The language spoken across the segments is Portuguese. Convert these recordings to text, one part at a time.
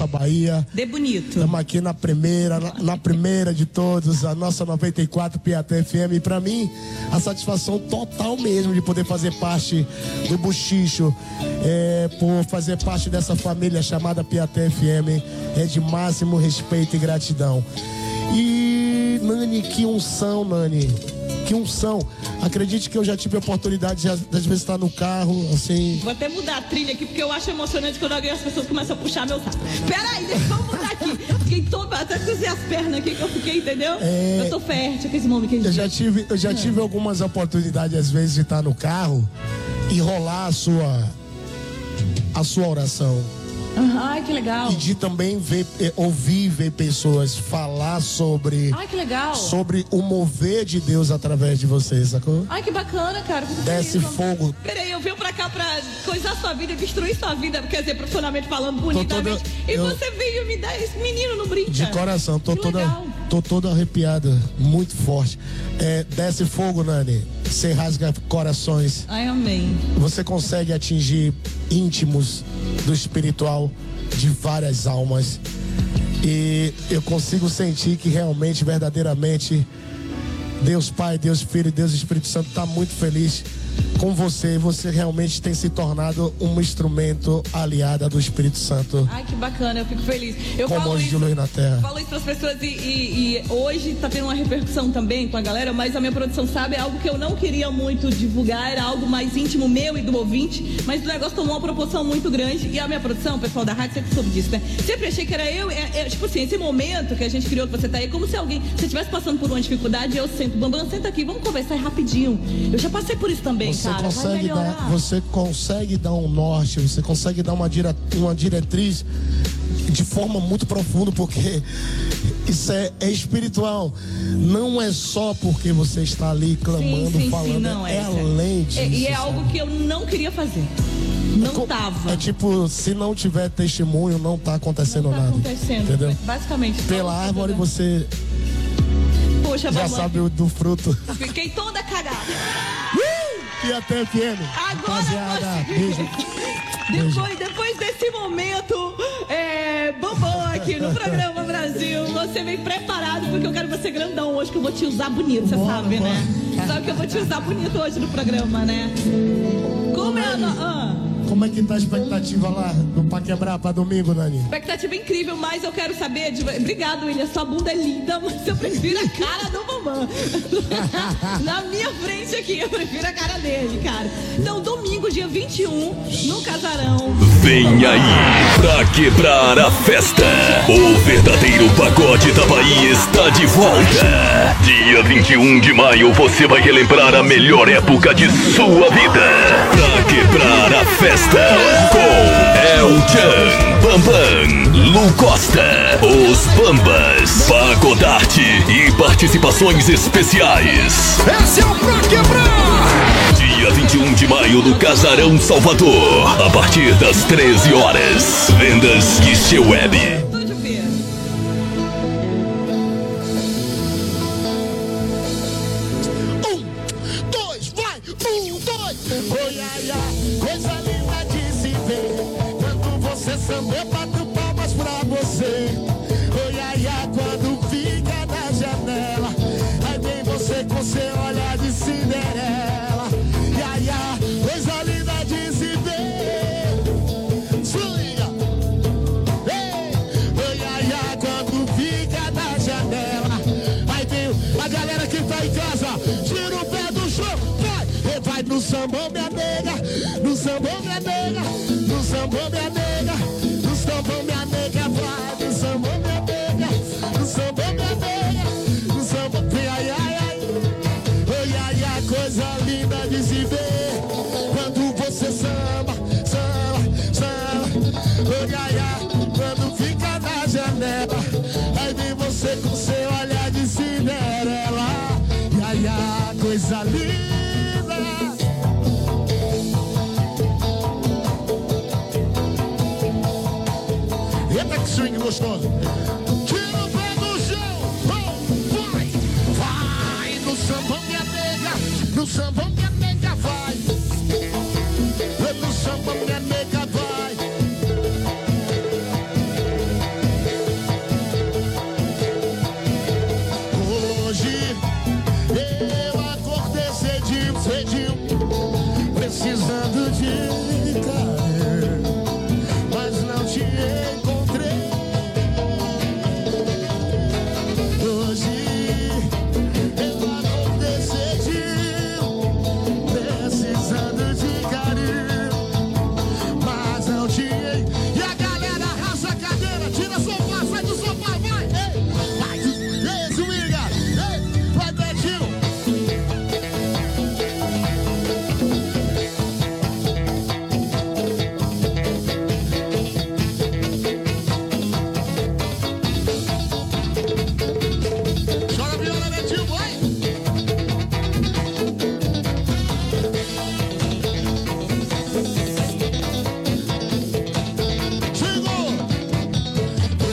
nossa Bahia. De bonito. Estamos aqui na primeira de todos, a nossa 94 Piatã FM. E pra mim, a satisfação total mesmo de poder fazer parte do Buchicho, por fazer parte dessa família chamada Piatã FM, é de máximo respeito e gratidão. E, Nani, que unção, Nani. Que unção. Acredite que eu já tive a oportunidade de, às vezes, estar no carro, assim... Vou até mudar a trilha aqui, porque eu acho emocionante quando alguém, as pessoas começam a puxar meu saco. Peraí, deixa eu mudar aqui. Fiquei toda... Até cruzei as pernas aqui que eu fiquei, entendeu? Eu tô fértil com esse momento que a gente... Eu já tive algumas oportunidades, às vezes, de estar no carro e rolar a sua oração. Ai, que legal. E de também ver pessoas falar sobre... Ai, que legal. Sobre o mover de Deus através de vocês, sacou? Ai, que bacana, cara. Desce fogo. Peraí, eu venho pra cá pra coisar sua vida, destruir sua vida, quer dizer, profissionalmente falando, bonitamente. Você veio me dar esse menino no brinco. De coração, tô todo arrepiado, muito forte. Desce fogo, Nani. Você rasga corações. Ai, amém. Você consegue atingir íntimos do espiritual de várias almas. E eu consigo sentir que realmente, verdadeiramente, Deus Pai, Deus Filho e Deus Espírito Santo está muito feliz com você. Você realmente tem se tornado um instrumento aliado do Espírito Santo. Ai, que bacana, eu fico feliz. Eu como falo anjo de luz na terra. Falo isso para as pessoas e hoje tá tendo uma repercussão também com a galera, mas a minha produção sabe, é algo que eu não queria muito divulgar, era algo mais íntimo meu e do ouvinte, mas o negócio tomou uma proporção muito grande e a minha produção, o pessoal da rádio sempre soube disso, né? Sempre achei que era eu, tipo assim, esse momento que a gente criou, que você tá aí, é como se alguém, se estivesse passando por uma dificuldade, eu sento, Bambam, senta aqui, vamos conversar rapidinho. Eu já passei por isso também, cara. Você consegue dar um norte, você consegue dar uma diretriz de forma muito profunda, porque isso é espiritual. Não é só porque você está ali clamando, falando, não, é além disso. E é algo que eu não queria fazer. Não tava. É tipo, se não tiver testemunho, não tá acontecendo nada. Entendeu? Basicamente. Pela árvore você Poxa, já sabe do fruto. Fiquei toda cagada. Piatã FM. Agora, beijo. Depois desse momento, Bambam aqui no programa Brasil, você vem preparado porque eu quero você grandão hoje, que eu vou te usar bonito, você sabe, né? Sabe que eu vou te usar bonito hoje no programa, né? Como é que tá a expectativa lá no Paquebrá pra domingo, Nani? Expectativa incrível, mas eu quero saber Obrigado, William, sua bunda é linda, mas eu prefiro a cara do Bambam. Na minha frente aqui, eu prefiro a cara dele, cara. Então, domingo, dia 21, no Casarão. Vem aí, pra quebrar a festa, o verdadeiro pagode da Bahia está de volta. Dia 21 de maio, você vai relembrar a melhor época de sua vida. Pra quebrar a festa, com El-Chan, Bambam, Lu Costa, Os Bambas, Pagodarte e participações especiais. Esse é o Pra Quebrar! Dia 21 de maio no Casarão Salvador, a partir das 13 horas. Vendas Guichê Web. Oi, ai, ai, coisa linda de se ver. Quando você samba, eu bato palmas pra você. Oi, ai, ai, quando fica na janela, aí vem você com seu olhar de Cinderela. Ai, ai, coisa linda de se ver. Swinga. Oi, ai, ai, quando fica na janela, aí vem a galera que tá em casa, tira o pé do chão, vai no sambão, minha nega, no sambão, minha nega, no sambão, minha nega, no sambão, minha nega, vai no sambão, minha nega, no sambão, minha nega, no sambão, ai, ai, ai, oi, ai, ai, coisa linda de se ver, quando você samba, samba, samba, oi, ai, ai, quando fica na janela, aí vem você com seu olhar de Cinderela, ai, ai, coisa linda. Eita que swing gostoso. Tira o pé do chão. Vai, vai no sambão, minha nega. No sambão, minha nega, vai. No sambão, minha nega, vai.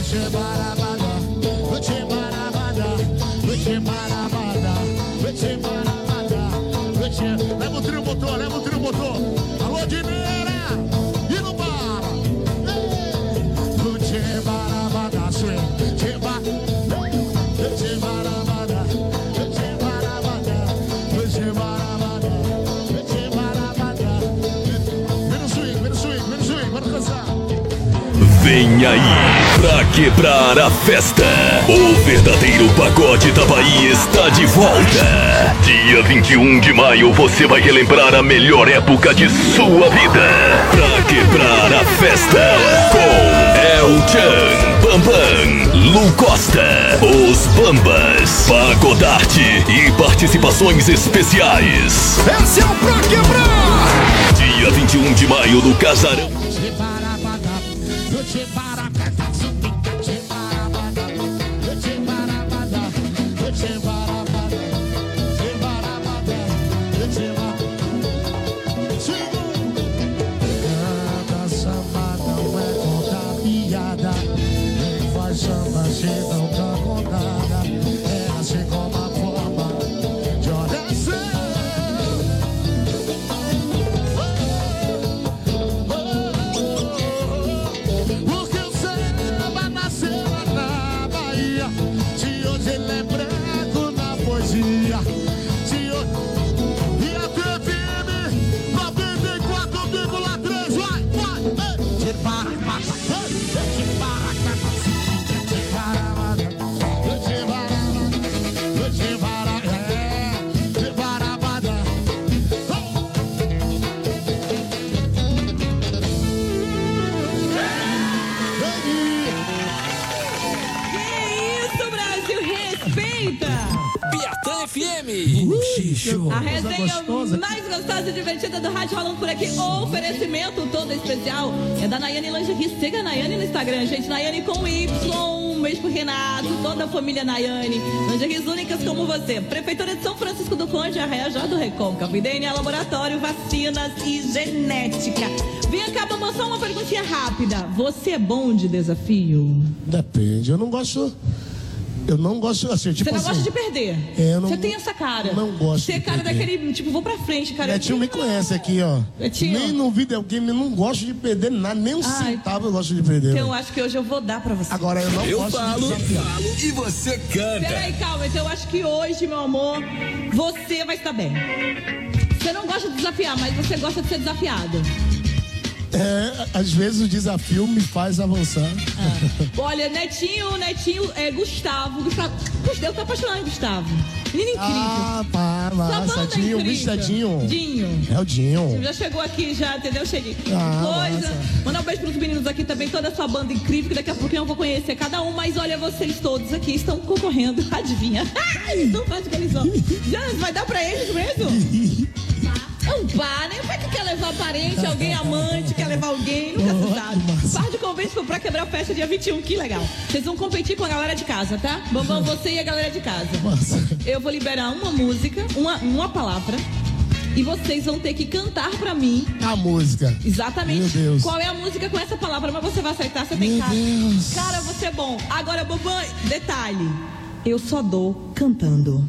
Leva o trio motor. Alô, Dineira! E não para! Vem aí, pra quebrar a festa, o verdadeiro pagode da Bahia está de volta. Dia 21 de maio você vai relembrar a melhor época de sua vida. Pra quebrar a festa, com El Chan, Bambam, Lu Costa, Os Bambas, Pagodarte e participações especiais. Esse é o Pra Quebrar! Dia 21 de maio no Casarão. A resenha mais gostosa e divertida do rádio rolando por aqui. O oferecimento todo especial é da Nayane Lingerie. Siga a Nayane no Instagram, gente. Nayane com Y. Um beijo pro Renato, toda a família Nayane. Lingeries únicas como você. Prefeitura de São Francisco do Conde, Arraiajá do Recôncavo. DNA Laboratório, Vacinas e Genética. Vem cá, Bambam, só uma perguntinha rápida. Você é bom de desafio? Depende, eu não gosto assim, tipo. Você não assim, gosta de perder. Você tem essa cara. Não gosto. Você é cara daquele, tipo, vou pra frente, cara. Netinho me conhece aqui, ó. Netinho. Nem no videogame eu não gosto de perder nada, nem um centavo eu gosto de perder. Então eu acho que hoje eu vou dar pra você. Agora eu não gosto de falo e você canta. Peraí, calma. Então eu acho que hoje, meu amor, você vai estar bem. Você não gosta de desafiar, mas você gosta de ser desafiado. Às vezes o desafio me faz avançar. Olha, Netinho é Gustavo. Eu tô apaixonado em Gustavo. Menino incrível. Pá, massa. Dinho, Dinho. É o Dinho. Já chegou aqui, já, entendeu? Cheirinho. Massa. Mandar um beijo pros meninos aqui também, toda a sua banda incrível, que daqui a pouquinho eu vou conhecer cada um, mas olha, vocês todos aqui estão concorrendo. Adivinha? Não faz que eles são. Já vai dar pra eles mesmo? Não pá, nem vai que quer levar parente, alguém amante, quer levar alguém, nunca se sabe. Par de convite pra quebrar a festa dia 21, que legal. Vocês vão competir com a galera de casa, tá? Bambam, você e a galera de casa. Eu vou liberar uma música, uma palavra, e vocês vão ter que cantar pra mim. A música. Exatamente. Meu Deus. Qual é a música com essa palavra? Mas você vai acertar, você tem cara. Deus. Cara, você é bom. Agora, Bambam, detalhe. Eu só dou cantando.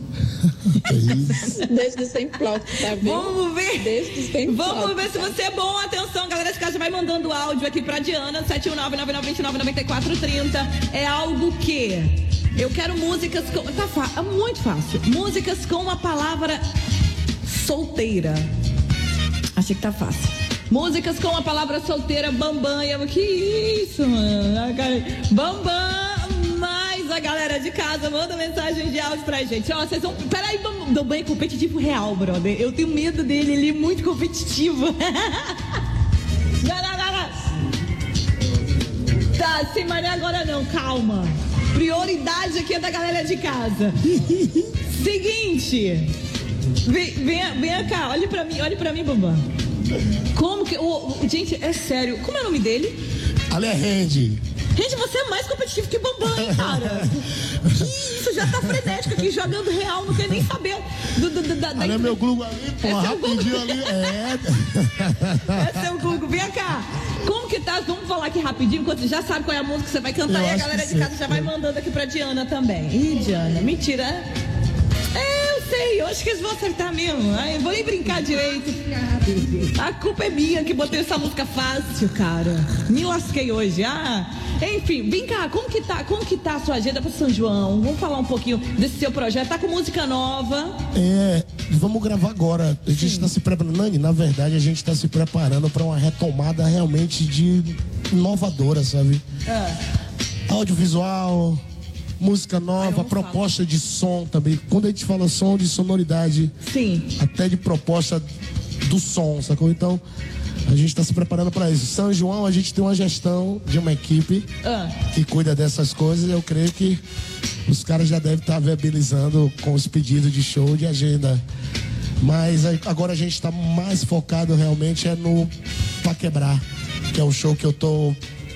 Desde sem plot, tá vendo? Vamos ver. Desde sem plot. Vamos ver se você é bom. Atenção, galera de casa, vai mandando áudio aqui pra Diana, 719-9929-9430. É algo que eu quero músicas com... é muito fácil. Músicas com a palavra solteira. Achei que tá fácil. Músicas com a palavra solteira, Bambam. Que isso, mano? Bambam. A galera de casa manda mensagem de áudio pra gente. Ó, vocês vão. Peraí, Bambam é competitivo real, brother. Eu tenho medo dele, ele é muito competitivo. Não. Tá, sem mané agora não, calma. Prioridade aqui é da galera de casa. Seguinte. Vem cá, olhe pra mim, Bambam. Como que. Gente, é sério, como é o nome dele? Ali é Randy. Gente, você é mais competitivo que Bambam, hein, cara? Que isso, já tá frenético aqui, jogando real, não quer nem saber Olha meu Google ali, pô, rapidinho ali. Esse é o Google. Vem cá. Como que tá? Vamos falar aqui rapidinho, enquanto você já sabe qual é a música que você vai cantar. E a galera de casa já vai mandando aqui pra Diana também. Ih, Diana, mentira. Eu sei, eu acho que eles vão acertar mesmo. Eu vou nem brincar direito. A culpa é minha que botei essa música fácil, cara. Me lasquei hoje. Enfim, vem cá, como que tá a sua agenda pra São João? Vamos falar um pouquinho desse seu projeto. Tá com música nova? Vamos gravar agora. A gente tá se preparando. Nani, na verdade, a gente tá se preparando pra uma retomada realmente de inovadora, sabe? Audiovisual, música nova, proposta de som também. Quando a gente fala som, de sonoridade. Sim. Até de proposta do som, sacou? Então, a gente está se preparando para isso. São João, a gente tem uma gestão de uma equipe que cuida dessas coisas. Eu creio que os caras já devem estar viabilizando com os pedidos de show, de agenda. Mas agora a gente está mais focado realmente no Pra Quebrar, que é o show que eu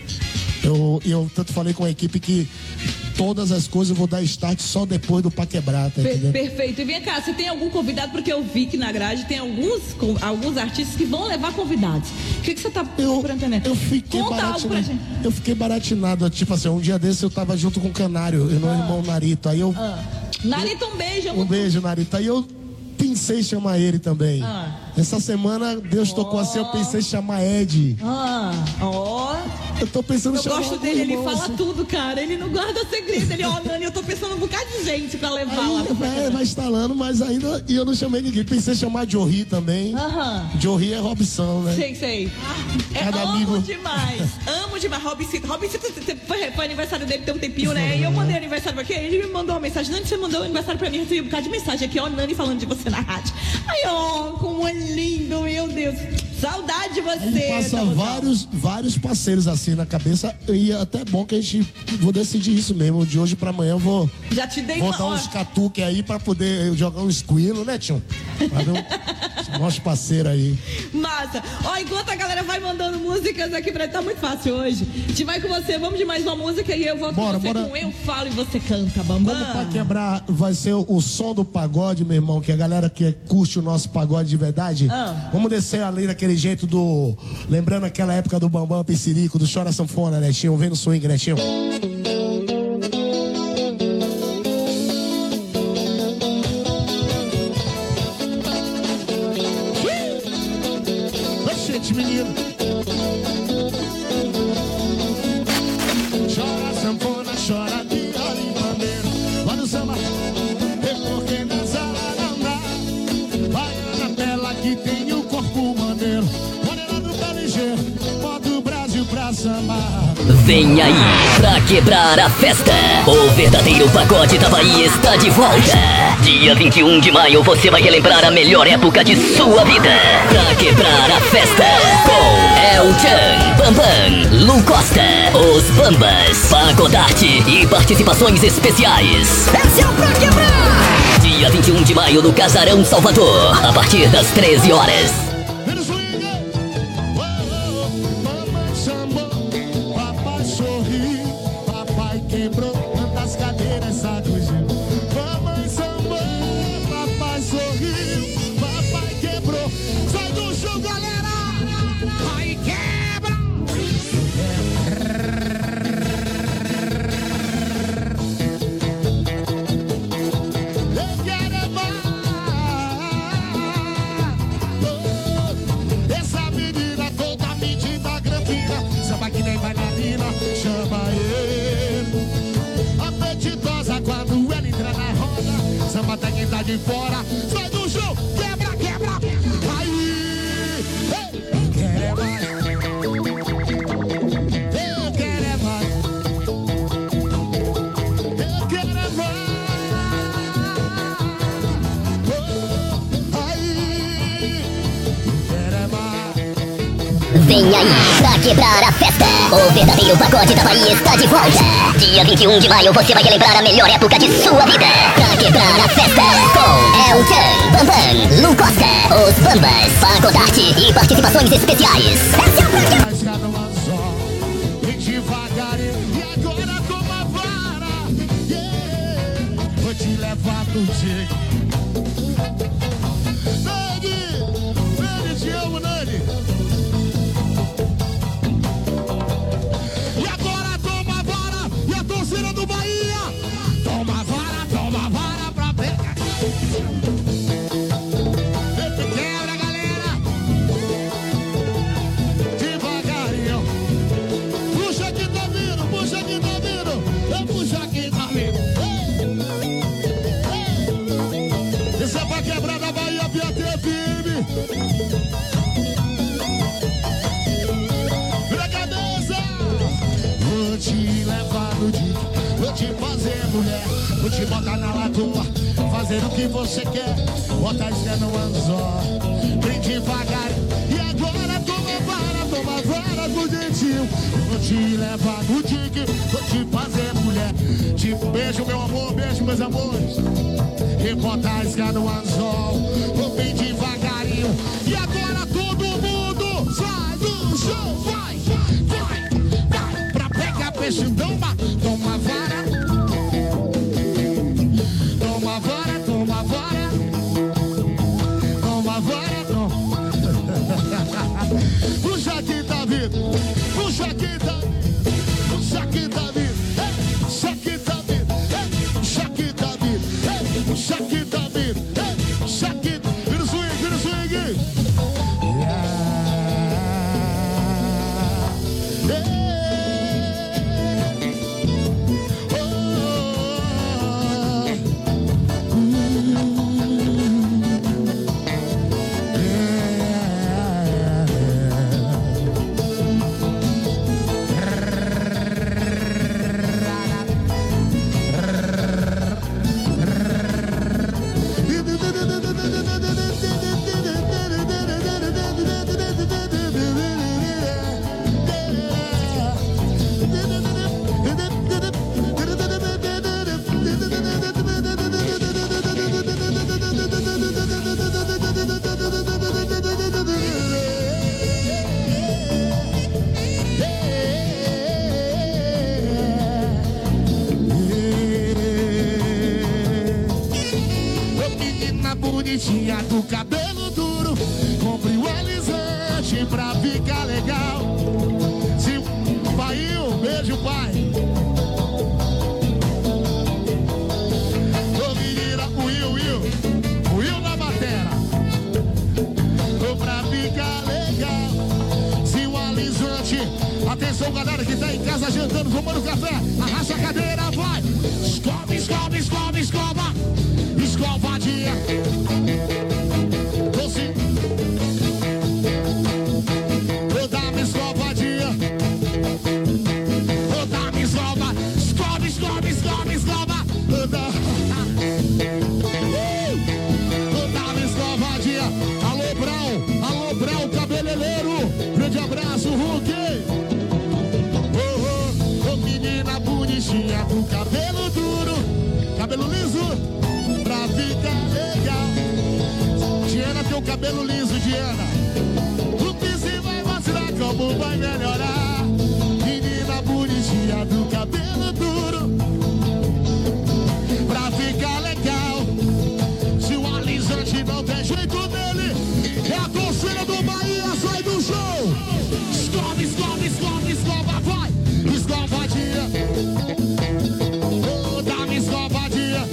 tanto falei com a equipe que todas as coisas eu vou dar start só depois do Pra Quebrar, tá entendendo? Perfeito. E vem cá, você tem algum convidado? Porque eu vi que na grade tem alguns artistas que vão levar convidados. O que você tá pretendendo? Eu fiquei baratinado. Tipo assim, um dia desse eu tava junto com o Canário e o meu irmão Narito. Aí eu... Narito, um beijo. Um beijo, Narito. Aí eu pensei em chamar ele também. Essa semana Deus tocou assim, eu pensei em chamar Ed. Eu tô pensando em chamar. Eu gosto dele, ele fala tudo, cara. Ele não guarda segredo. Ele, Nani, eu tô pensando um bocado de gente pra levar lá. Vai instalando, mas ainda. E eu não chamei ninguém. Pensei em chamar Jory também. Jory é Robson, né? Sei. Amo demais. Robson, foi aniversário dele tem um tempinho, né? E eu mandei aniversário pra quem? Ele me mandou uma mensagem. Nani, você mandou aniversário pra mim, recebi um bocado de mensagem aqui, Nani falando de você na rádio. Aí, como é lindo, meu Deus. Saudade de você. Ele passa vários parceiros assim na cabeça. E é até bom que a gente vou decidir isso mesmo. De hoje pra amanhã eu vou. Já te dei dar uns catuques aí pra poder jogar um squilo, né, tio? Pra ver nosso parceiro aí. Massa. Enquanto a galera vai mandando músicas aqui pra ele, tá muito fácil hoje. A gente vai com você, vamos de mais uma música e eu volto com você com Eu Falo e você canta, Bambam. Vamos Pra Quebrar, vai ser o som do pagode, meu irmão, que a galera que curte o nosso pagode de verdade. Vamos descer ali daquele jeito do... Lembrando aquela época do Bambam Piscirico, do Chora Sanfona, né, tio? Vem no swing, né, tio? Oxente, menino. Chora sanfona, chora viola e bandeira. Vai no samba, porque nessa não dá. Vai na tela que tem o corpo maneiro. Maneira do pé ligeiro, bota o Brasil pra sambar. Vem aí, pra quebrar a festa. O verdadeiro pagode da Bahia está de volta. Dia 21 de maio você vai relembrar a melhor época de sua vida. Pra quebrar a festa com El Chan, Bambam, Lu Costa, Os Bambas, Pagodarte e participações especiais. Esse é o Pra Quebrar! Dia 21 de maio no Casarão Salvador, a partir das 13 horas. De fora, sai do chão, quebra, quebra, aí, eu quero é mais, eu quero é mais, eu quero é mais, aí, eu quero é mais. Vem aí, pra quebrar a festa. O verdadeiro pagode da Bahia está de volta. Dia 21 de maio você vai relembrar a melhor época de sua vida. Pra quebrar a festa com El Chan, Bambam, Lu Costa, Os Bambas, Pagodarte e participações especiais. Esse é o Pra Quebrar. Cada uma só, e devagarinho. no Dick. Nani, te amo, Nani. E agora toma vara, e a torcida do Bahia. Toma vara pra pegar. Quebra, galera. Devagarinho. Puxa que tá vindo, puxa que tá vindo. Puxa que tá vindo. Isso é pra quebrar da Bahia, Piatê firme. Vira a cabeça. Vou te levar no dia, vou te fazer mulher, vou te botar na lagoa, fazer o que você quer, botar isso no anzol, bem devagar. E agora toma vara com jeitinho. Vou te levar no dique, vou te fazer mulher. Te beijo, meu amor, beijo, meus amores. E botar isso no anzol, vou bem devagarinho. E agora todo mundo sai do show, vai. Pra pegar peixe, toma vara. Toma vara. Puxa que tá vindo, puxa que tá vindo, puxa que tá vindo, puxa que tá vindo, puxa que tá vindo, puxa que tá vindo, puxa que tá vindo. Vira o swing. Bonitinha do cabelo duro, compre o alisante pra ficar legal. Se pai, beijo pai. Ô menina, o Will na batera, pra ficar legal. Se o alisante, atenção galera que tá em casa jantando, tomando café, arrasta a cadeira, vai. Escovadinha. Doce. Vou dar minha escovadinha. Vou dar minha escova. Escova. Vou dar minha escovadinha. Alô, Brau, cabeleireiro. Grande abraço, Hulk. Ô, menina bonitinha com cabelo duro, cabelo liso. Pra ficar legal. Diana tem o cabelo liso, Diana. O Pisse vai mostrar como vai melhorar. Menina bonitinha do cabelo duro. Pra ficar legal. Se o alisante não tem jeito dele, é a torcida do Bahia, sai do show. Escova, vai. Escovadinha. Oh, dá-me escovadinha.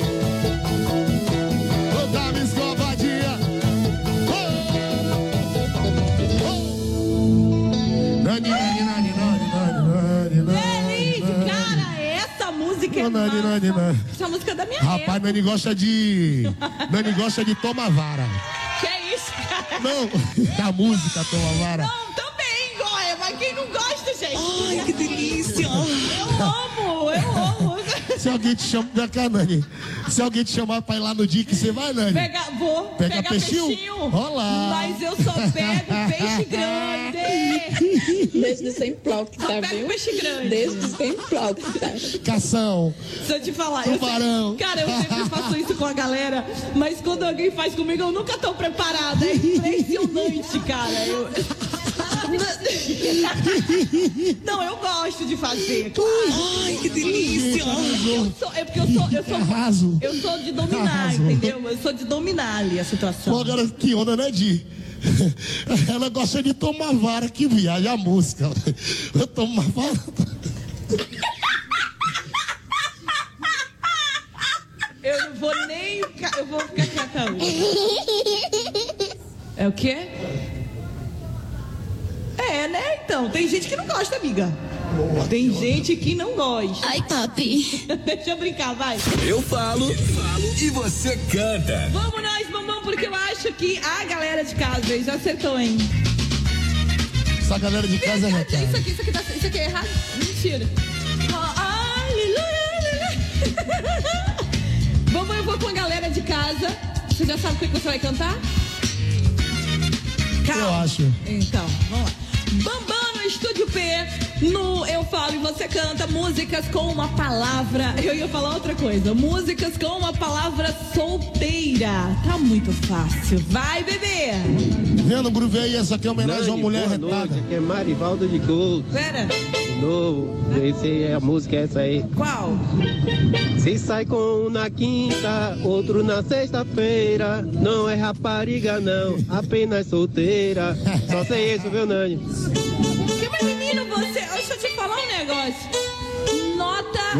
Essa música é da minha Rapaz, época. Nani gosta de Toma Vara. Que é isso, cara? Não, a música Toma Vara. Não, também, Goia, mas quem não gosta, gente? Ai, que delícia. Eu amo. Se alguém te chama, Nani, se alguém te chamar pra ir lá no Dick, você vai, Nani? Vou pegar peixinho? Olá. Mas eu só pego peixe grande. Desde sempre ploc, tá, pego viu? peixe grande. Desde sempre ploc, tá? Cação. Se eu te falar, Tubarão. Cara, eu sempre faço isso com a galera, mas quando alguém faz comigo, eu nunca tô preparada. É impressionante, cara. Não, eu gosto de fazer, claro. Ai, que delícia. Eu sou de dominar, entendeu? Eu sou de dominar ali a situação. Pô, agora que onda, né, Di? Ela gosta de tomar vara, que viaja a música. Eu tomo uma vara. Eu não vou nem. Eu vou ficar quieta hoje. É o quê? É, né? Então, tem gente que não gosta, amiga. Tem gente que não gosta. Ai, papi. Deixa eu brincar, vai. Eu falo e você canta. Vamos nós, vamos, porque eu acho que a galera de casa aí já acertou, hein? Essa galera de casa é recado. Isso aqui é errado? Mentira. Aleluia. Vamos, eu vou com a galera de casa. Você já sabe o que você vai cantar? Calma. Eu acho. Então, vamos lá. Bambam no Estúdio P, no Eu Falo e Você Canta, músicas com uma palavra. Eu ia falar outra coisa. Músicas com uma palavra solteira. Tá muito fácil. Vai, bebê. Vendo o groove aí, essa aqui é homenagem a uma mulher boa noite, retada. aqui é Marivaldo de Gol. Pera. De novo, esse é a música essa aí. Qual? Se sai com um na quinta, outro na sexta-feira. Não é rapariga não, apenas solteira. Só sei isso, viu, Nani? Que mas menino, você. Deixa eu te falar um negócio. Nota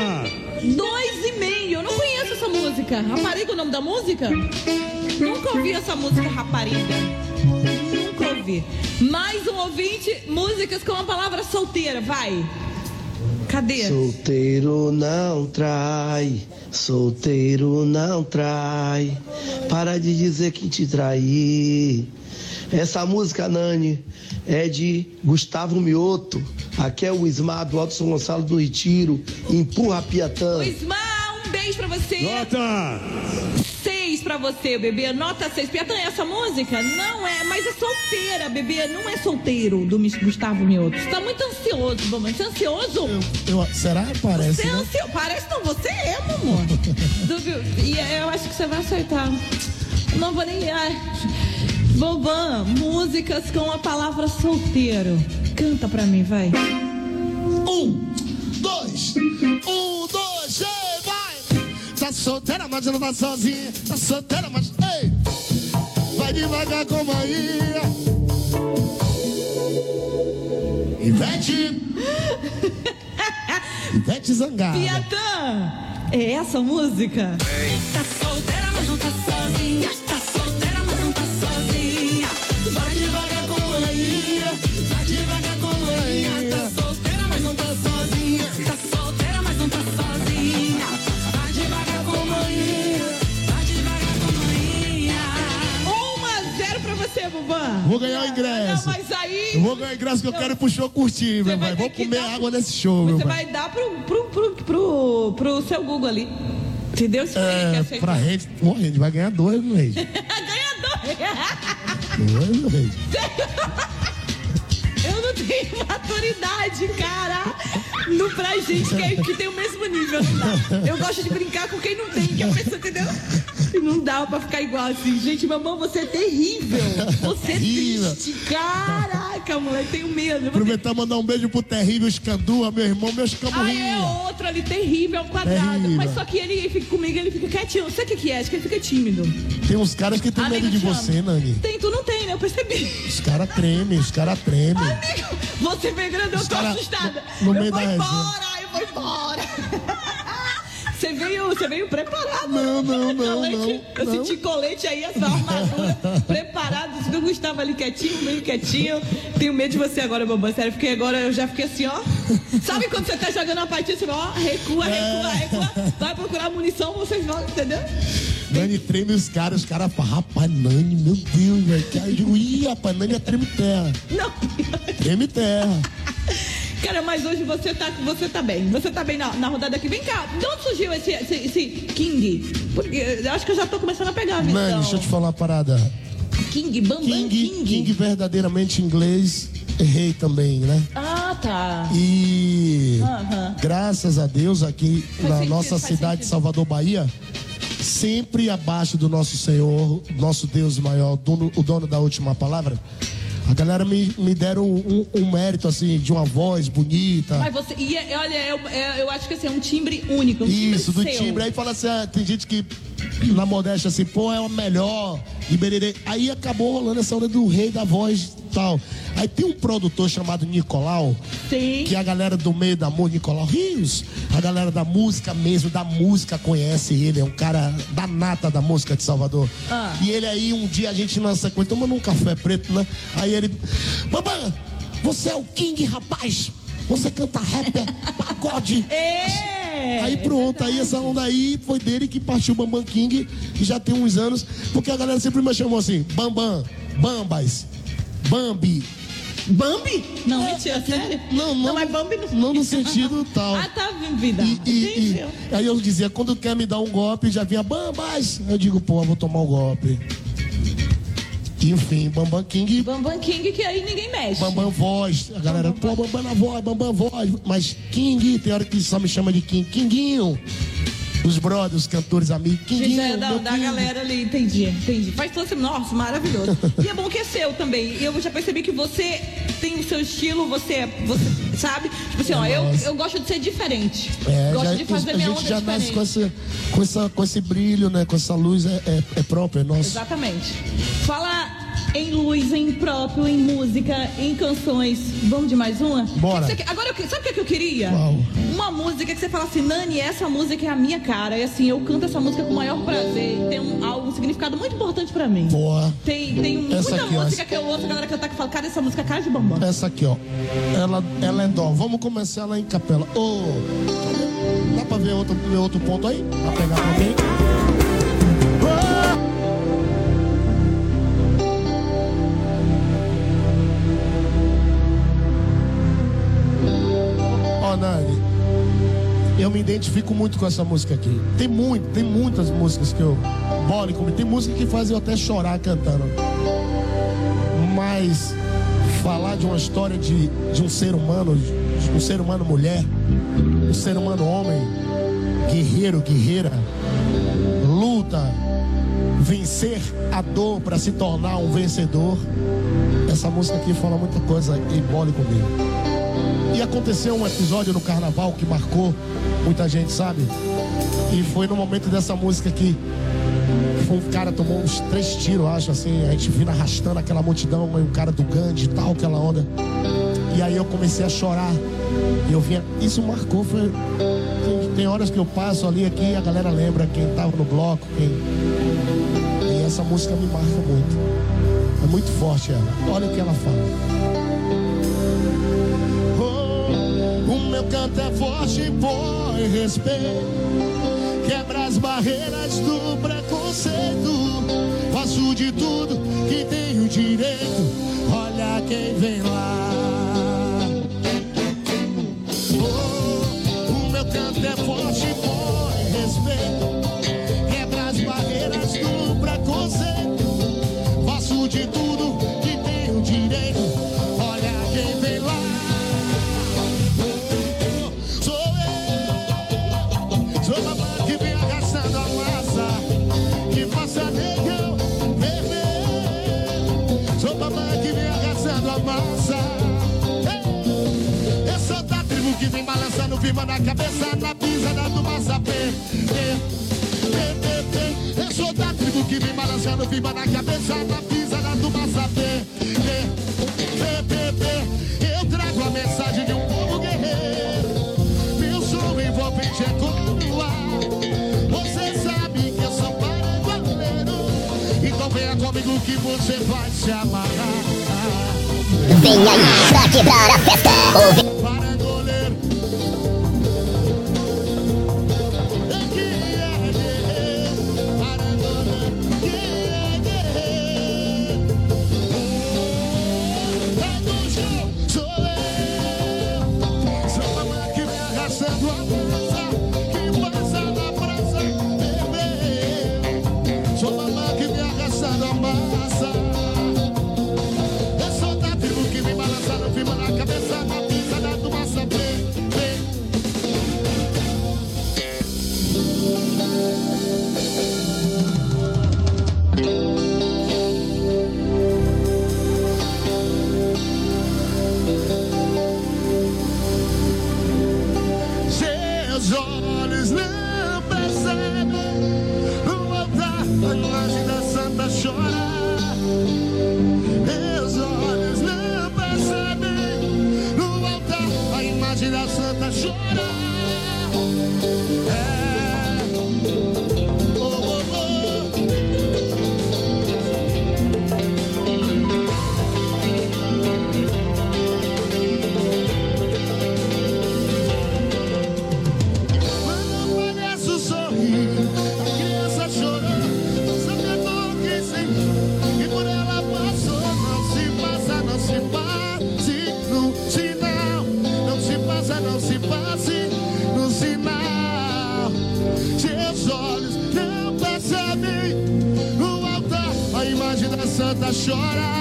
2,5. Eu não conheço essa música. Rapariga é o nome da música? Nunca ouvi essa música, rapariga. Nunca ouvi. Mais um ouvinte, músicas com a palavra solteira. Vai. Cadê? Solteiro não trai, solteiro não trai. Para de dizer que te traí. Essa música, Nani, é de Gustavo Mioto. Aqui é o Ismar do Alto São Gonçalo do Retiro. Empurra Piatã. Ismar, um beijo pra você. Nota 6 pra você, bebê. Nota 6. Piatã, essa música não é, mas é solteira, bebê. Não é solteiro do Gustavo Mioto. Você tá muito ansioso, mamãe. Você é ansioso? Será? Parece, Você é né? ansioso. Parece não, você é, mamãe. E eu acho que você vai acertar. Não vou nem... Bobão, músicas com a palavra solteiro. Canta pra mim, vai. 1, 2, vai! Tá solteira, mas não tá sozinha. Tá solteira, mas... Ei! Vai devagar com Maria. Ivete. Ivete Zangada. Piatã, é essa música? Tá solteira, mas não tá sozinha. Tá solteira, mas não tá sozinha. Vai devagar com Maria. Vai devagar com Maria. Tá solteira, mas não tá sozinha. Tá solteira, mas não tá sozinha. Vai devagar com Maria. Vai devagar com Maria. 1-0 pra você, Bobão. Vou ganhar o ingresso. Não, mas aí... Eu vou ganhar o ingresso que eu quero ir pro show curtir, meu pai. Vou comer água nesse show, meu Você pai. vai dar pro seu Google ali. Entendeu? Se ele quer aceitar. Pra rede, pô, a gente vai ganhar 2 no rede. Ganha 2 no rede. Eu não tenho maturidade, cara. No pra gente que tem o mesmo nível, não dá. Eu gosto de brincar com quem não tem, que a pessoa, entendeu? E não dá pra ficar igual assim. Gente, mamãe, você é terrível. Você é triste. Caraca, moleque, tenho medo. Aproveitar e mandar um beijo pro terrível Escandua, meu irmão, meu escamurrinho. É outro ali, terrível, ao quadrado. Terrível. Mas só que ele fica comigo, ele fica quietinho. Não sei o que é, acho que ele fica tímido. Tem uns caras que tem Amigo, medo de te você, amo. Nani. Tem, tu não tem, né? Eu percebi. Os caras tremem. Amigo, você vem grande, eu tô cara, assustada. no Eu meio vou da embora, eu vou embora. Você veio preparado. Não. Eu senti colete aí, essa armadura preparado. Se não Gustavo ali quietinho, meio quietinho. Tenho medo de você agora, babão. Sério, porque agora eu já fiquei assim, ó. Sabe quando você tá jogando uma partida, você vai, ó, recua. Vai procurar munição, vocês vão, entendeu? Nani treme os caras falam, rapaz, Nani, meu Deus, velho. Eu digo, ih, rapaz, Nani é treme terra. Não. Treme terra. Cara, mas hoje você tá bem. Você tá bem na rodada aqui. Vem cá, de onde surgiu esse King? Porque eu acho que eu já tô começando a pegar, então. Nani, deixa eu te falar uma parada. King, Bambam King verdadeiramente inglês, rei também, né? Ah, tá. E graças a Deus aqui Faz na sentido, nossa faz cidade sentido. de Salvador, Bahia, sempre abaixo do nosso Senhor, nosso Deus maior, o dono da última palavra, A galera me deram um mérito, assim, de uma voz bonita. Mas você... E olha, eu acho que assim, é um timbre único. Isso, do seu. timbre. Aí fala assim, tem gente que, na modéstia, assim, pô, é o melhor. E bererê. Aí acabou rolando essa onda do rei da voz e tal. Aí tem um produtor chamado Nicolau. Sim. Que a galera do meio da música, Nicolau Rios, a galera da música mesmo, da música conhece ele. É um cara da nata da música de Salvador. E ele aí, um dia, a gente na sequência, tomando um café preto, né? Aí ele, Bambam, você é o King, rapaz. Você canta rap, pagode. Aí pronto, aí essa onda aí foi dele que partiu o Bambam King. E já tem uns anos, porque a galera sempre me chamou assim, Bambam, Bambas, Bambi. Bambi? Não, mentira, sério? Não, mas Bambi não... Não no sentido tal. Tá, vida. E aí eu dizia, quando quer me dar um golpe, já vinha Bambas. Eu digo, pô, eu vou tomar o golpe. Enfim, Bambam King. Bambam King, que aí ninguém mexe. Bambam Voz. A galera, pô, Bambam na voz, Bambam Voz. Mas King, tem hora que só me chama de King. Kinguinho. Os brothers, os cantores amigos. Kinguinho, da galera ali, entendi. Faz todo esse... Nossa, maravilhoso. E é bom que é seu também. E eu já percebi que você tem o seu estilo, você sabe? Tipo assim, ó, eu gosto de ser diferente. Gosto de fazer minha onda diferente. A gente já nasce com esse brilho, né? Com essa luz, é próprio, é nosso. Exatamente. Fala em luz, em próprio, em música, em canções. Vamos de mais uma? Bora. Agora, sabe o que eu queria? Uau. Uma música que você fala assim, Nani, essa música é a minha cara. E assim, eu canto essa música com o maior prazer. E tem um significado muito importante pra mim. Boa. Tem muita aqui, música que eu ouço a galera cantar que fala, cara, essa música é cara de Bambam. Essa aqui, ó. Ela é dó. Vamos começar ela em capela. Dá pra ver meu outro ponto aí? Pra pegar também. Nani, eu me identifico muito com essa música aqui. Tem muitas músicas que eu bolo comigo. Tem música que faz eu até chorar cantando. Mas falar de uma história de um ser humano, mulher, um ser humano homem, guerreiro, guerreira, luta, vencer a dor para se tornar um vencedor. Essa música aqui fala muita coisa e bole comigo. E aconteceu um episódio no carnaval que marcou muita gente, sabe? E foi no momento dessa música que um cara tomou uns 3 tiros, acho, assim. A gente vindo arrastando aquela multidão, e o cara do Gandhi e tal, aquela onda. E aí eu comecei a chorar. E eu vinha... Isso marcou, foi... Tem horas que eu passo ali, aqui, a galera lembra quem tava no bloco, E essa música me marca muito. É muito forte ela. Olha o que ela fala. O meu canto é forte, põe respeito, quebra as barreiras do preconceito. Faço de tudo que tenho direito, olha quem vem lá. O meu canto é forte, põe respeito, quebra as barreiras do preconceito. Faço de tudo que tenho direito, olha quem vem lá. Sou Bambam que vem arrastando a massa, que faça negão beber. Sou Bambam que vem arrastando a massa. Eu sou da tribo que vem balançando firma na cabeça, na pisada do massapê. Eu sou da tribo que vem balançando firma na cabeça, na pisada do massapê. Eu trago a mensagem de um povo guerreiro. Meu som envolvente é como ar. Você sabe que eu sou paraguaieiro. Então venha comigo que você vai se amarrar. Vem aí pra quebrar a festa. Parangoleiro. Que é guerreiro. Parangoleiro. Que é guerreiro. É do show. Sou eu. Sou Bambam que vem arrastando a massa, que passa na praça, bebê. Sou Bambam que vem arrastando a massa. Eu sou da tribo que vem balançando firma na cabeça, na pisada do massa, bebê. olhos não percebem. No altar a imagem da santa chora. Meus olhos não percebem. No altar a imagem da santa chora. Santa chora.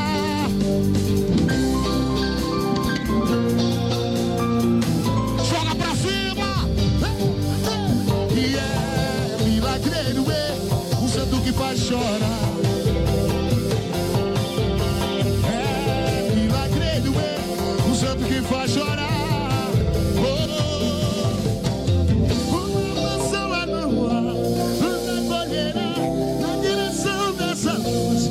Joga pra cima. E é milagreiro, o santo que faz chorar. É milagreiro, o santo que faz chorar. Uma maçã lá no ar, na colheira, na direção dessa luz.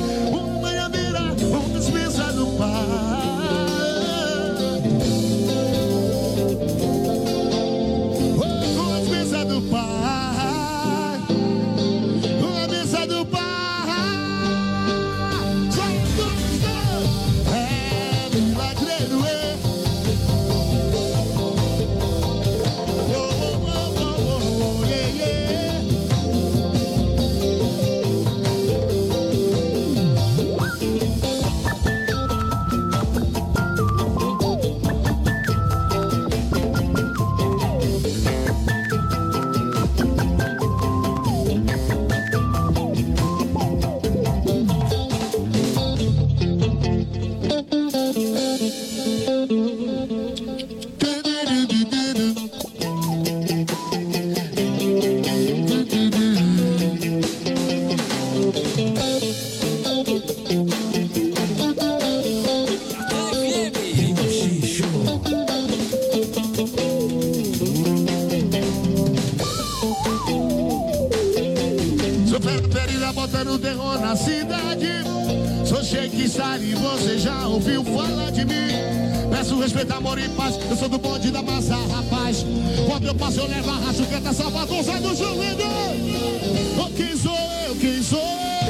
Botando terror na cidade. Sou Sheik Sari, você já ouviu falar de mim? Peço respeito, amor e paz. Eu sou do bonde da massa, rapaz. Quando eu passo, eu levo a rachuqueta, Salvador, sai do joelho. Oh, quem sou eu? Quem sou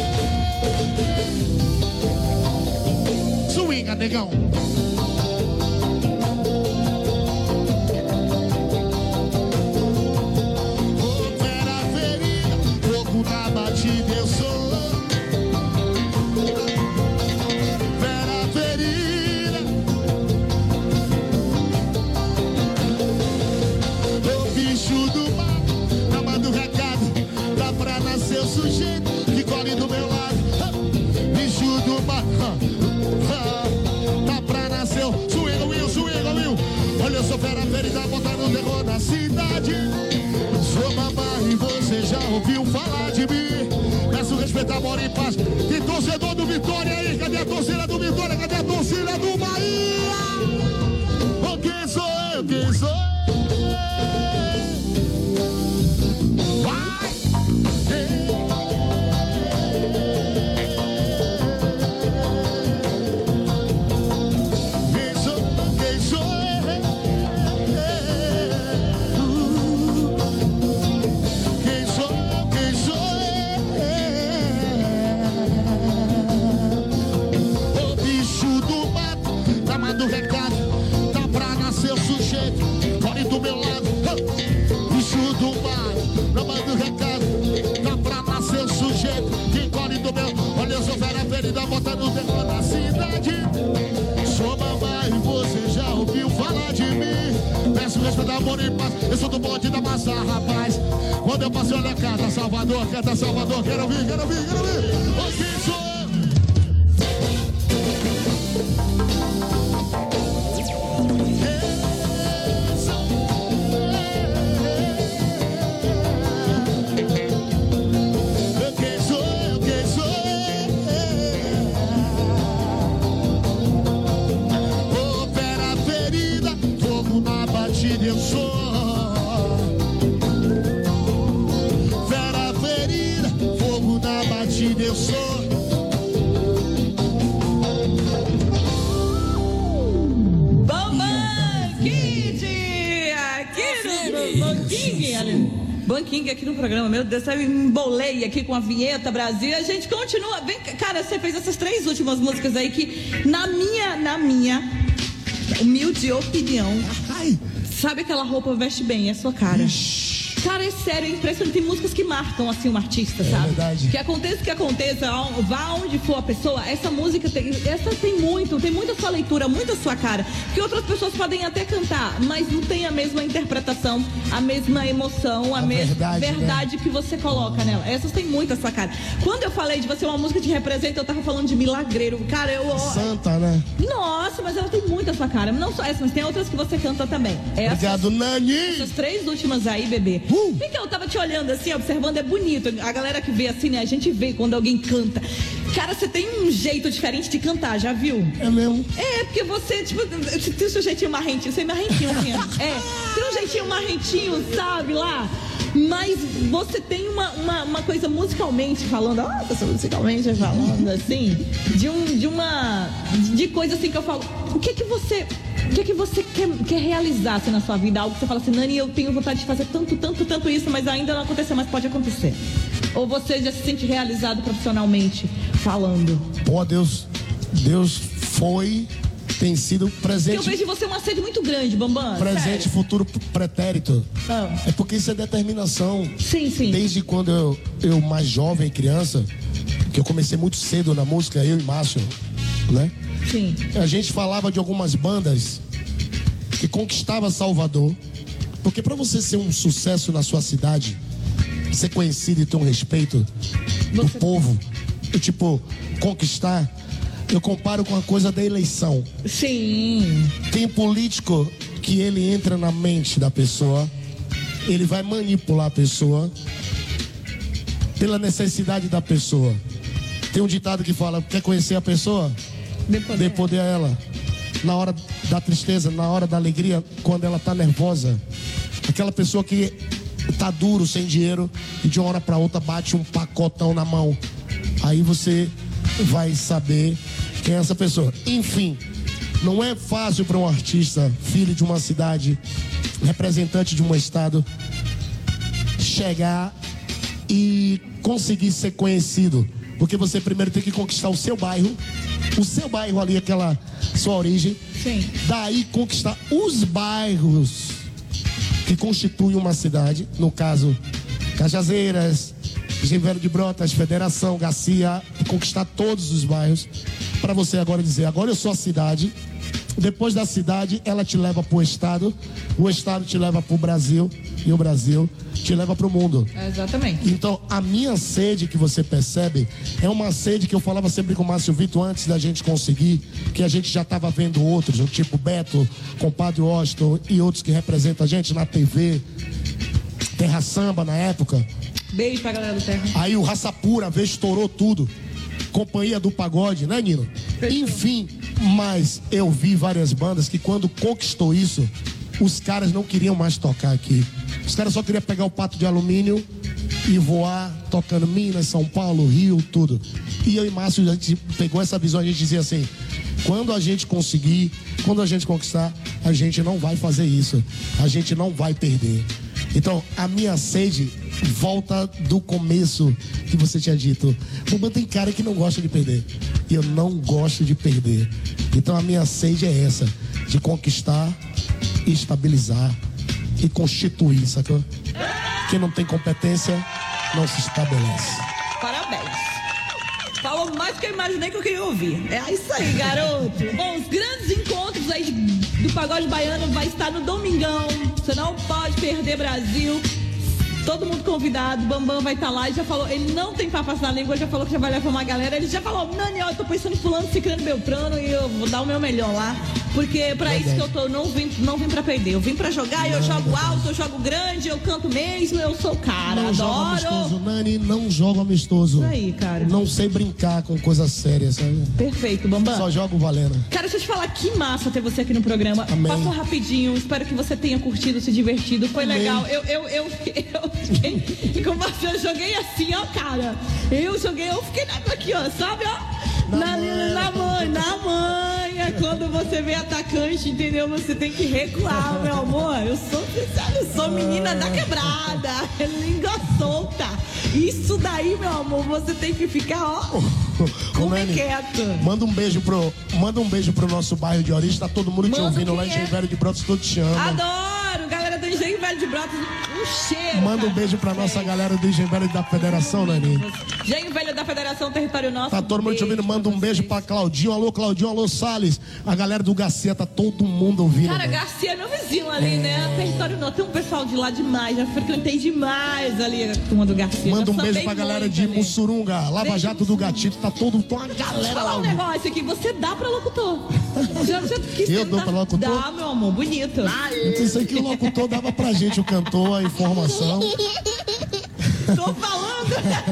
eu? Swinga, negão. Eu sou Vera Ferida, o bicho do mar, tá manda um recado, dá pra nascer o sujeito que corre do meu lado. Bicho do mar, tá pra nascer o swing, Will. Olha, eu sou Vera Ferida, botando terror na cidade. Sou mamãe e você já ouviu falar de mim? Peço respeito, amor e paz. Tem torcedor do Vitória aí? Cadê a torcida do Vitória? Cadê a torcida do Bahia? Oh, quem sou eu? Quem sou eu? Vai! Quem sou eu? Quem sou eu? Quem sou eu? Quem sou eu? Do recado, dá pra nascer o sujeito, corre do meu lado, bicho do mar, não manda o recado, dá pra nascer o sujeito, que corre do meu, olha eu sou Vera Ferida, botando terror na cidade, sou mamãe e você já ouviu falar de mim, peço respeito, amor e paz, eu sou do bonde da massa, rapaz, quando eu passo olha canta Salvador, quero ouvir, oh, quem sou eu? Eu sou Eu sou. Banking aqui no programa, meu Deus, eu me embolei aqui com a vinheta Brasil. A gente continua. Vem, cara, você fez essas 3 últimas músicas aí que, na minha humilde opinião, sabe aquela roupa veste bem, é sua cara. Cara, é sério, é impressionante. Tem músicas que marcam assim um artista, sabe? É verdade. Que aconteça o que aconteça, vá onde for a pessoa, essa música tem muita sua leitura, muita sua cara. Que outras pessoas podem até cantar, mas não tem a mesma interpretação, a mesma emoção, a mesma verdade, né, que você coloca nela. Essas têm muito a sua cara. Quando eu falei de você, uma música te representa, eu tava falando de Milagreiro. Cara, Santa, né? Nossa, mas ela tem muito a sua cara. Não só essa, mas tem outras que você canta também. Obrigado, Nani! Essas 3 últimas aí, bebê. Então, eu tava te olhando assim, observando, é bonito. A galera que vê assim, né? A gente vê quando alguém canta. Cara, você tem um jeito diferente de cantar, já viu? É mesmo? É, porque você, tipo, tem o seu jeitinho marrentinho. Você é marrentinho, assim. Tem um jeitinho marrentinho, sabe, lá? Mas você tem uma coisa musicalmente falando, musicalmente falando, assim, de coisa assim que eu falo. O que você quer realizar assim, na sua vida? Algo que você fala assim, Nani, eu tenho vontade de fazer tanto isso, mas ainda não aconteceu, mas pode acontecer. Ou você já se sente realizado profissionalmente falando? Pô, Deus tem sido presente. Eu vejo em você uma sede muito grande, Bambam. Presente, sério. Futuro, pretérito. É porque isso é determinação. Sim. Desde quando eu mais jovem, criança, que eu comecei muito cedo na música, eu e Márcio, né? Sim. A gente falava de algumas bandas que conquistavam Salvador, porque para você ser um sucesso na sua cidade, ser conhecido e ter um respeito do povo, conquistar, eu comparo com a coisa da eleição. Sim. Tem político que ele entra na mente da pessoa, ele vai manipular a pessoa pela necessidade da pessoa. Tem um ditado que fala, quer conhecer a pessoa? Dê poder a ela. Na hora da tristeza, na hora da alegria, quando ela tá nervosa. Aquela pessoa que tá duro, sem dinheiro, e de uma hora pra outra bate um pacotão na mão. Aí você vai saber quem é essa pessoa. Enfim, não é fácil para um artista, filho de uma cidade, representante de um estado, chegar e conseguir ser conhecido. Porque você primeiro tem que conquistar o seu bairro ali, aquela sua origem. Sim. Daí conquistar os bairros que constituem uma cidade. No caso, Cajazeiras, Genvelo de Brotas, Federação, Garcia. Conquistar todos os bairros. Para você agora dizer, agora eu sou a cidade. Depois da cidade, ela te leva pro estado. O estado te leva pro Brasil. E o Brasil te leva pro mundo. Exatamente. Então, a minha sede que você percebe é uma sede que eu falava sempre com o Márcio Vitor antes da gente conseguir, que a gente já estava vendo outros, tipo Beto, Compadre Washington e outros que representam a gente na TV, Terra Samba na época. Beijo pra galera do Terra. Aí o Raça Pura, veio, estourou tudo. Companhia do Pagode, né, Nino? Fechou. Enfim, mas eu vi várias bandas que quando conquistou isso, os caras não queriam mais tocar aqui. Os caras só queriam pegar o pato de alumínio e voar, tocando Minas, São Paulo, Rio, tudo. E eu e Márcio, a gente pegou essa visão, a gente dizia assim, quando a gente conseguir, quando a gente conquistar, a gente não vai fazer isso. A gente não vai perder. Então, a minha sede volta do começo que você tinha dito. Bambam tem cara que não gosta de perder. E eu não gosto de perder. Então, a minha sede é essa, de conquistar, estabilizar e constituir, sacou? Quem não tem competência não se estabelece. Parabéns. Falou mais do que eu imaginei que eu queria ouvir. É isso aí, garoto. Bom, os grandes encontros aí do Pagode Baiano vai estar no Domingão. Você não pode perder, Brasil. Todo mundo convidado, Bambam vai estar lá e já falou, ele não tem papas na língua, já falou que já vai levar uma galera, ele já falou, Nani, ó, eu tô pensando em fulano, ciclano, beltrano e eu vou dar o meu melhor lá, porque pra isso que eu tô, não vim pra perder, eu vim pra jogar, eu jogo alto, eu jogo grande, eu canto mesmo, eu sou o cara, não adoro. Jogo amistoso, Nani, não jogo amistoso. Isso aí, cara. Não sei brincar com coisas sérias, sabe? Perfeito, Bambam. Só jogo valendo. Cara, deixa eu te falar, que massa ter você aqui no programa. Amém. Passou rapidinho, espero que você tenha curtido, se divertido, foi Amém. legal. Eu fiquei com uma eu joguei assim, ó, cara. Eu fiquei aqui, ó, sabe, ó? Na mãe. É quando você vem atacante, entendeu? Você tem que recuar, meu amor. Eu sou menina da quebrada. Língua solta. Isso daí, meu amor, você tem que ficar, ó, quieto. Manda um beijo pro nosso bairro de origem. Tá todo mundo te ouvindo lá em Engenho Velho de Brotas, todos te amam. Adoro, galera do Engenho Velho de Brotas. Um cheiro. Manda um beijo pra nossa galera do Engenho Velho da Federação, Nani. Engenho Velho da Federação, território nosso. Tá todo mundo te ouvindo. Manda um beijo pra Claudinho. Alô, Claudinho. Alô, Salles. A galera do Garcia, tá todo mundo ouvindo. Cara, né? Garcia é meu vizinho ali, né? Território nosso. Tem um pessoal de lá demais. Já frequentei demais ali a turma do Garcia. Manda um beijo pra galera de Mussurunga. Lava Jato do Gatito. Tá todo com a galera lá. Fala um negócio aqui. Você dá pra locutor. Já quis Eu dou pra locutor? Dá, meu amor. Bonito. Eu pensei que o locutor dava pra gente, o cantor, a informação. Tô falando.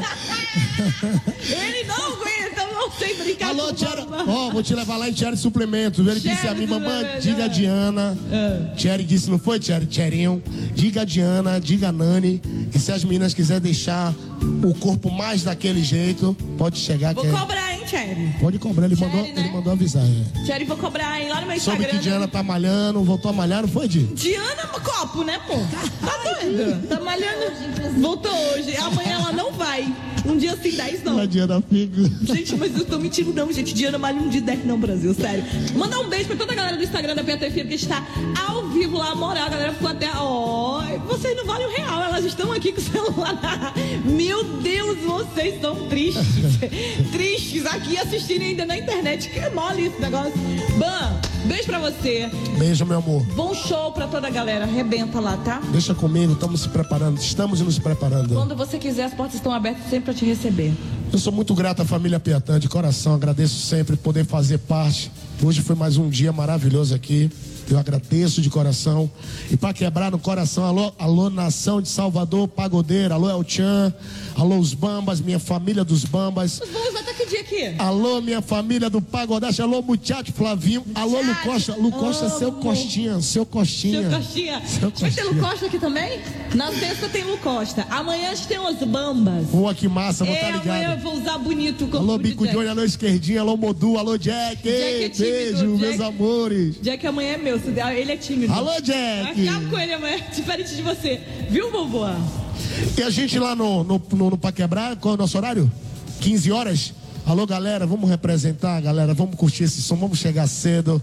Ele não aguenta, eu não sei brincar. Alô, com Tiara. Bambam. Vou te levar lá em Thierry Suplementos. Ele disse a mim, mamãe, diga a Diana. Thierry disse, não foi, Thierry? Thierrinho. Diga a Diana, diga a Nani, que se as meninas quiserem deixar o corpo mais daquele jeito, pode chegar. Vou cobrar, hein, Thierry? Pode cobrar, ele mandou avisar. Thierry, vou cobrar, hein, lá no meu Soube Instagram. que Diana tá malhando, voltou a malhar, não foi, Di? Diana, copo, né, pô? Tá doido? Tá malhando. Voltou hoje. Amanhã ela não vai. Um dia assim, 10 não. A Diana fica. Gente, mas eu tô mentindo não, gente. Diana malha um dia 10 não, Brasil, sério. Mandar um beijo pra toda a galera do Instagram da PTF, porque está ao vivo lá, moral. A galera ficou até, ó, vocês não valem o real. Elas estão aqui com o celular. Meu Deus, vocês são tristes. Tristes aqui assistindo ainda na internet. Que mole esse negócio. Ban, beijo pra você. Beijo, meu amor. Bom show pra toda a galera. Arrebenta lá, tá? Deixa comigo, estamos se preparando. Estamos nos preparando. Quando você quiser, as portas estão abertas sempre pra te receber. Eu sou muito grato à família Piatã, de coração. Agradeço sempre poder fazer parte. Hoje foi mais um dia maravilhoso aqui. Eu agradeço de coração. E para quebrar no coração, alô nação de Salvador, Pagodeira, alô El Chan, alô os Bambas, minha família dos Bambas. Os Bambas vai estar que dia aqui? Alô minha família do Pagodaste, alô Muchacho Flavinho, alô Lu Costa. Lu Costa, seu Costinha. Seu Costinha. Vai ter Lu Costa aqui também? Na sexta tem Lu Costa. Amanhã a gente tem os Bambas. Pô, que massa, vou estar ligado. Amanhã eu vou usar bonito como alô Bico de Olho, alô Esquerdinha, alô Modu, alô Jack. Jack é tímido, beijo, Jack. meus amores. Jack amanhã é meu, ele é tímido. Alô, Jack. Acabo com ele amanhã, diferente de você. Viu, vovô? E a gente lá no Pra Quebrar, qual é o nosso horário? 15 horas? Alô, galera, vamos representar, galera, vamos curtir esse som, vamos chegar cedo.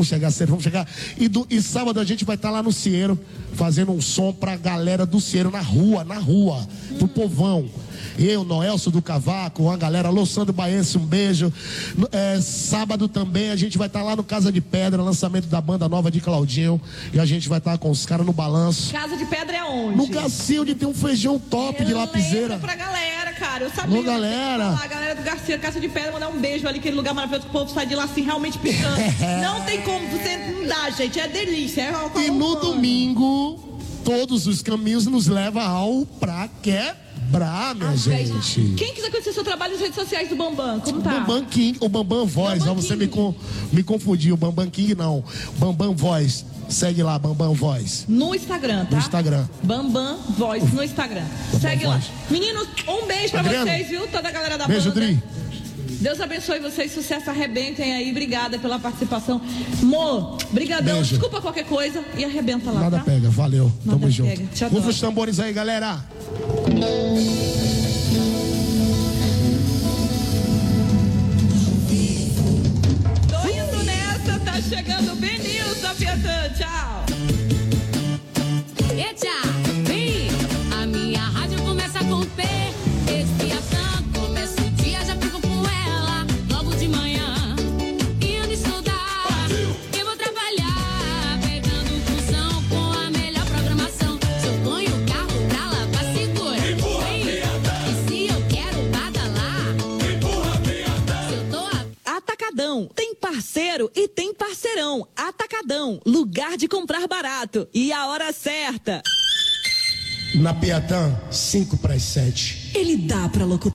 E sábado a gente vai estar lá no Cieiro, fazendo um som pra galera do Cieiro, na rua, pro povão. Eu, Noelso do Cavaco, a galera, alô, Sandro Baense, um beijo. Sábado também a gente vai estar lá no Casa de Pedra, lançamento da banda nova de Claudinho. E a gente vai estar com os caras no balanço. Casa de Pedra é onde? No Cacilde tem um feijão top de lapiseira. Pra galera, cara, eu sabia. Alô, galera. A galera do Garcia, Casa de Pedra, mandar um beijo ali, aquele lugar maravilhoso que o povo sai de lá assim, realmente piscando. Não tem como, você não dá, gente, é delícia. E no domingo, todos os caminhos nos levam ao Pra Quebrar, minha gente. Quem quiser conhecer seu trabalho nas redes sociais do Bambam, como tá? Bambam King, o Bambam Voz, ó, você me confundiu, Bambam King não, Bambam Voz, segue lá, Bambam Voz. No Instagram, tá? No Instagram. Bambam Voz, no Instagram. Segue lá. Meninos, um beijo pra vocês, viu? Toda a galera da beijo, banda. Dri. Deus abençoe vocês, sucesso, arrebentem aí, obrigada pela participação. Mo, brigadão, Beijo. desculpa qualquer coisa e arrebenta lá, Nada tá? pega, valeu, Nada tamo junto. pega. Te adoro. Rufa os tambores aí, galera. Tô indo nessa, tá chegando o Benilson Piatã, tchau. Eita, vem! A minha rádio começa com P. Esse Piatã começa o dia, já fico com ela. Logo de manhã, indo estudar. Eu vou trabalhar, pegando função com a melhor programação. Se eu ponho o carro pra lavar, segura. E se eu quero badalar, se eu tô Atacadão, tem parceiro e tem parceirão. Atacadão, lugar de comprar barato. E a hora certa. Na Piatã, 5 para as 7. Ele dá pra locutor.